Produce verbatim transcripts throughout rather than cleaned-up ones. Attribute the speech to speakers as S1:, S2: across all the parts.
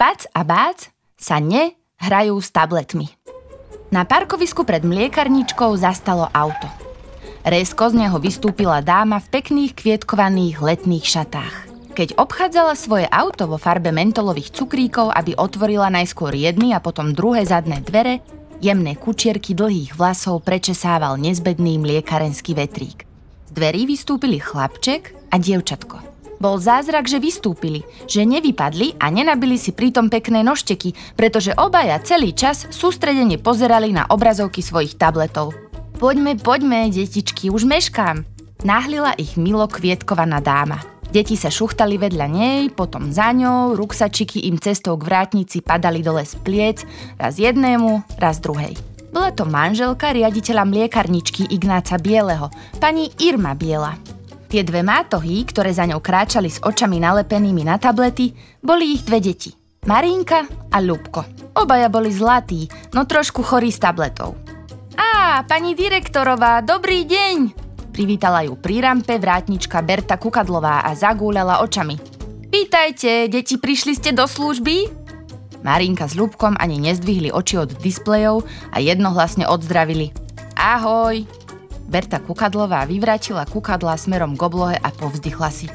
S1: Pac a Bác sa nehrajú s tabletmi. Na parkovisku pred mliekarničkou zastalo auto. Rezko z neho vystúpila dáma v pekných kvietkovaných letných šatách. Keď obchádzala svoje auto vo farbe mentolových cukríkov, aby otvorila najskôr jedny a potom druhé zadné dvere, jemné kučierky dlhých vlasov prečesával nezbedný mliekarenský vetrík. Z dverí vystúpili chlapček a dievčatko. Bol zázrak, že vystúpili, že nevypadli a nenabili si pritom pekné nožteky, pretože obaja celý čas sústredene pozerali na obrazovky svojich tabletov. Poďme, poďme, detičky, už meškám. Náhlila ich milo kvietkovaná dáma. Deti sa šuchtali vedľa nej, potom za ňou, ruksačiky im cestou k vrátnici padali dole z pliec, raz jednému, raz druhej. Bola to manželka riaditeľa mliekarničky Ignáca Bieleho, pani Irma Biela. Tie dve mátohy, ktoré za ňou kráčali s očami nalepenými na tablety, boli ich dve deti. Marínka a Ľubko. Obaja boli zlatí, no trošku chorí z tabletov. Á, pani direktorová, dobrý deň! Privítala ju pri rampe vrátnička Berta Kukadlová a zagúľala očami. Vítajte, deti, prišli ste do služby? Marínka s Ľubkom ani nezdvihli oči od displejov a jednohlasne odzdravili. Ahoj! Berta Kukadlová vyvrátila kukadlá smerom k oblohe a povzdychla si.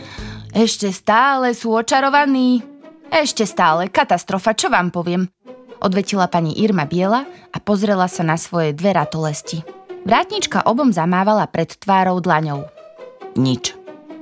S1: Ešte stále sú očarovaní. Ešte stále, katastrofa, čo vám poviem? Odvetila pani Irma Biela a pozrela sa na svoje dve ratolesti. Vrátnička obom zamávala pred tvárou dlaňou. Nič.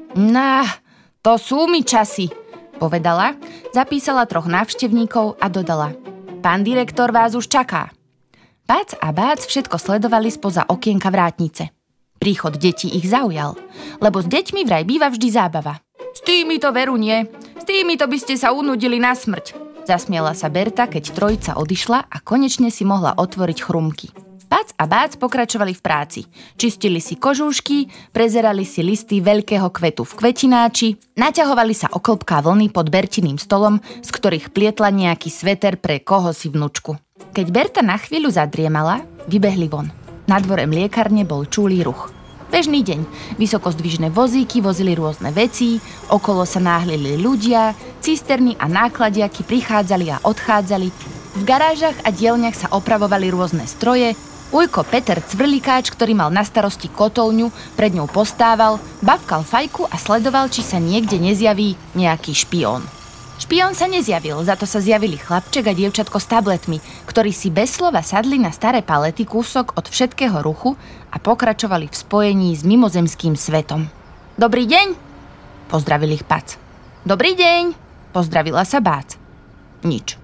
S1: Nah, to sú mi časy, povedala, zapísala troch návštevníkov a dodala. Pán direktor vás už čaká. Pac a Bác všetko sledovali spoza okienka vrátnice. Príchod detí ich zaujal, lebo s deťmi vraj býva vždy zábava. S týmito veru nie, s týmito by ste sa unudili na smrť. Zasmiela sa Berta, keď trojica odišla a konečne si mohla otvoriť chrumky. Pac a Bác pokračovali v práci. Čistili si kožúšky, prezerali si listy veľkého kvetu v kvetináči, naťahovali sa oklbká vlny pod Bertiným stolom, z ktorých plietla nejaký sveter pre kohosi vnučku. Keď Berta na chvíľu zadriemala, vybehli von. Na dvore mliekarne bol čúly ruch. Bežný deň. Vysokozdvižné vozíky vozili rôzne veci, okolo sa náhlili ľudia, cisterny a nákladiaky prichádzali a odchádzali, v garážach a dielňach sa opravovali rôzne stroje, ujko Peter Cvrlikáč, ktorý mal na starosti kotolňu, pred ňou postával, bavkal fajku a sledoval, či sa niekde nezjaví nejaký špión. Špión sa nezjavil, za to sa zjavili chlapček a dievčatko s tabletmi, ktorí si bez slova sadli na staré palety kúsok od všetkého ruchu a pokračovali v spojení s mimozemským svetom. Dobrý deň, pozdravil ich Pac. Dobrý deň, pozdravila sa Bác. Nič.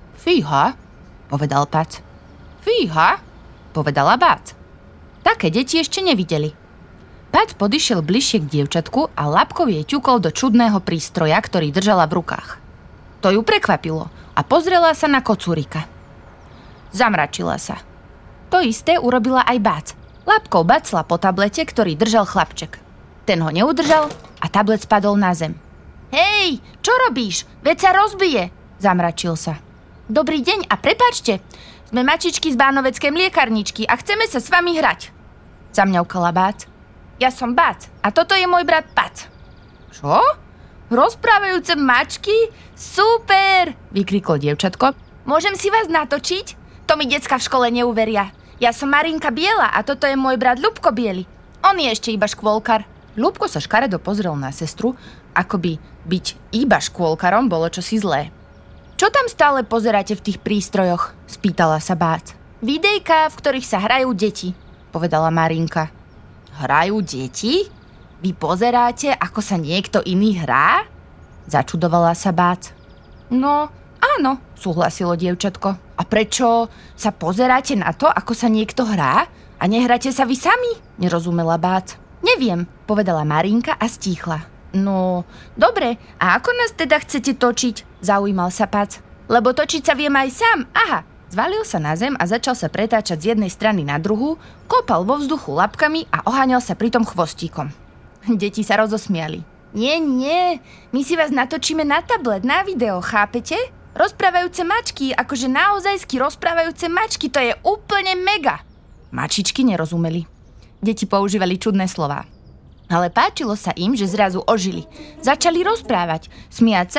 S1: Fíha, povedal Pac. Fíha, povedala Bác. Také deti ešte nevideli. Pac podišiel bližšie k dievčatku a labkou jej ťukol do čudného prístroja, ktorý držala v rukách. To ju prekvapilo a pozrela sa na kocúrika. Zamračila sa. To isté urobila aj Bác. Labkou bacla po tablete, ktorý držal chlapček. Ten ho neudržal a tablet spadol na zem. Hej, čo robíš? Veď sa rozbije, zamračil sa. Dobrý deň a prepáčte, sme mačičky z Bánoveckej mliekarničky a chceme sa s vami hrať. Zamňaukala Bác. Ja som Bác a toto je môj brat Pac. Čo? Rozprávajúce mačky? Super! Vykriklo dievčatko. Môžem si vás natočiť? To mi decka v škole neuveria. Ja som Marínka Biela a toto je môj brat Ľubko Biely. On je ešte iba škôlkar. Ľubko sa škaredo pozrel na sestru, ako by byť iba škôlkarom bolo čosi zlé. Čo tam stále pozeráte v tých prístrojoch? Spýtala sa Bác. Videjka, v ktorých sa hrajú deti, povedala Marínka. Hrajú deti? Vy pozeráte, ako sa niekto iný hrá? Začudovala sa Bác. No, áno, súhlasilo dievčatko. A prečo sa pozeráte na to, ako sa niekto hrá? A nehráte sa vy sami? Nerozumela Bác. Neviem, povedala Marínka a stíchla. No, dobre, a ako nás teda chcete točiť? Zaujímal sa Pac. Lebo točiť sa viem aj sám, aha. Zvalil sa na zem a začal sa pretáčať z jednej strany na druhú, kopal vo vzduchu labkami a oháňal sa pritom chvostíkom. Deti sa rozosmiali. Nie, nie, my si vás natočíme na tablet, na video, chápete? Rozprávajúce mačky, akože naozajsky rozprávajúce mačky, to je úplne mega. Mačičky nerozumeli. Deti používali čudné slová. Ale páčilo sa im, že zrazu ožili. Začali rozprávať, smiať sa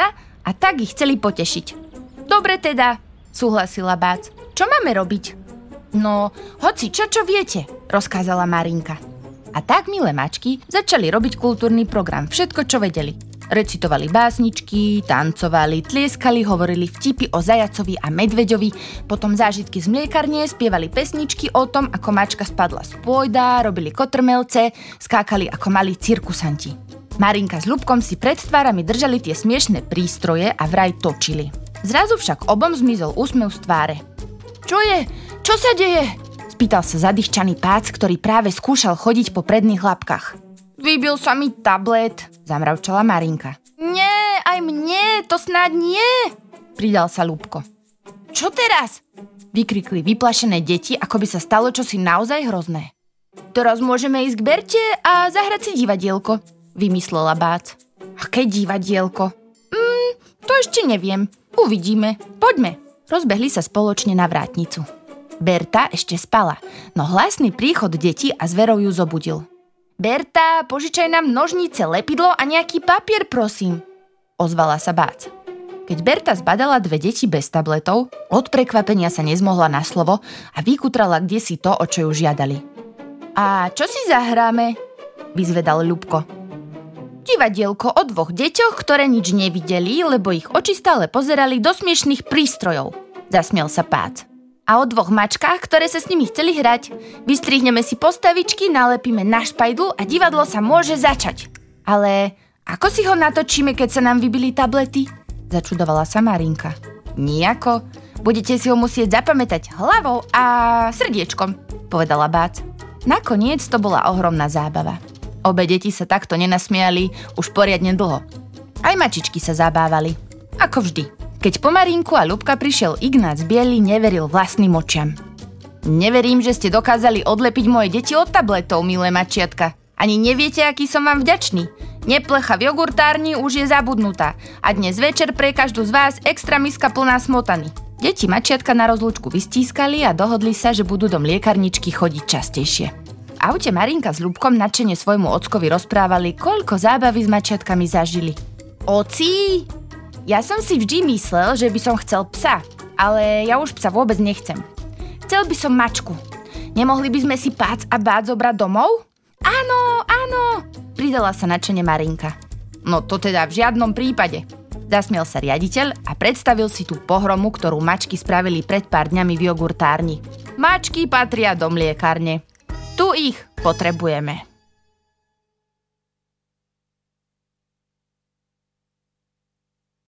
S1: A tak ich chceli potešiť. Dobre teda, súhlasila Bác. Čo máme robiť? No, hoci čo, čo viete, rozkázala Marinka. A tak milé mačky začali robiť kultúrny program, všetko, čo vedeli. Recitovali básničky, tancovali, tlieskali, hovorili vtipy o zajacovi a medveďovi, potom zážitky z mliekarne, spievali pesničky o tom, ako mačka spadla z pôjda, robili kotrmelce, skákali ako malí cirkusanti. Marinka s Ľubkom si pred tvárami držali tie smiešné prístroje a vraj točili. Zrazu však obom zmizol úsmev z tváre. Čo je? Čo sa deje? Spýtal sa zadýchčaný Pác, ktorý práve skúšal chodiť po predných labkách. Vybil sa mi tablet, zamravčala Marinka. Nie, aj mne, to snáď nie, pridal sa Ľubko. Čo teraz? Vykrikli vyplašené deti, ako by sa stalo čosi naozaj hrozné. Teraz môžeme ísť k Berte a zahrať si divadielko, vymyslela Bác. Aké divadielko? Mm, to ešte neviem, uvidíme, poďme. Rozbehli sa spoločne na vrátnicu. Berta ešte spala, no hlasný príchod detí a zverov ju zobudil. Berta, požičaj nám nožnice, lepidlo a nejaký papier, prosím, ozvala sa Bác. Keď Berta zbadala dve deti bez tabletov, od prekvapenia sa nezmohla na slovo a vykutrala kdesi to, o čo ju žiadali. A čo si zahráme? Vyzvedal Ľubko. Divadielko o dvoch deťoch, ktoré nič nevideli, lebo ich oči stále pozerali do smiešných prístrojov, zasmiel sa Pác. A o dvoch mačkách, ktoré sa s nimi chceli hrať. Vystrihneme si postavičky, nalepíme na špajdlu a divadlo sa môže začať. Ale ako si ho natočíme, keď sa nám vybili tablety? Začudovala sa Marinka. Nijako. Budete si ho musieť zapamätať hlavou a srdiečkom, povedala Bác. Nakoniec to bola ohromná zábava. Obe deti sa takto nenasmiali už poriadne dlho. Aj mačičky sa zabávali. Ako vždy. Keď po Marinku a Ľubka prišiel Ignác Biely, neveril vlastným očiam. Neverím, že ste dokázali odlepiť moje deti od tabletov, milé mačiatka. Ani neviete, aký som vám vďačný. Neplecha v jogurtárni už je zabudnutá a dnes večer pre každú z vás extra miska plná smotany. Deti mačiatka na rozlúčku vystískali a dohodli sa, že budú do mliekarničky chodiť častejšie. V aute Marinka s Ľubkom nadšene svojmu ockovi rozprávali, koľko zábavy s mačiatkami zažili. Oci! Ja som si vždy myslel, že by som chcel psa, ale ja už psa vôbec nechcem. Chcel by som mačku. Nemohli by sme si Pác a Bác zobrať domov? Áno, áno, pridala sa nadšene Marinka. No to teda v žiadnom prípade. Zasmiel sa riaditeľ a predstavil si tú pohromu, ktorú mačky spravili pred pár dňami v jogurtárni. Mačky patria do mliekárne. Tu ich potrebujeme.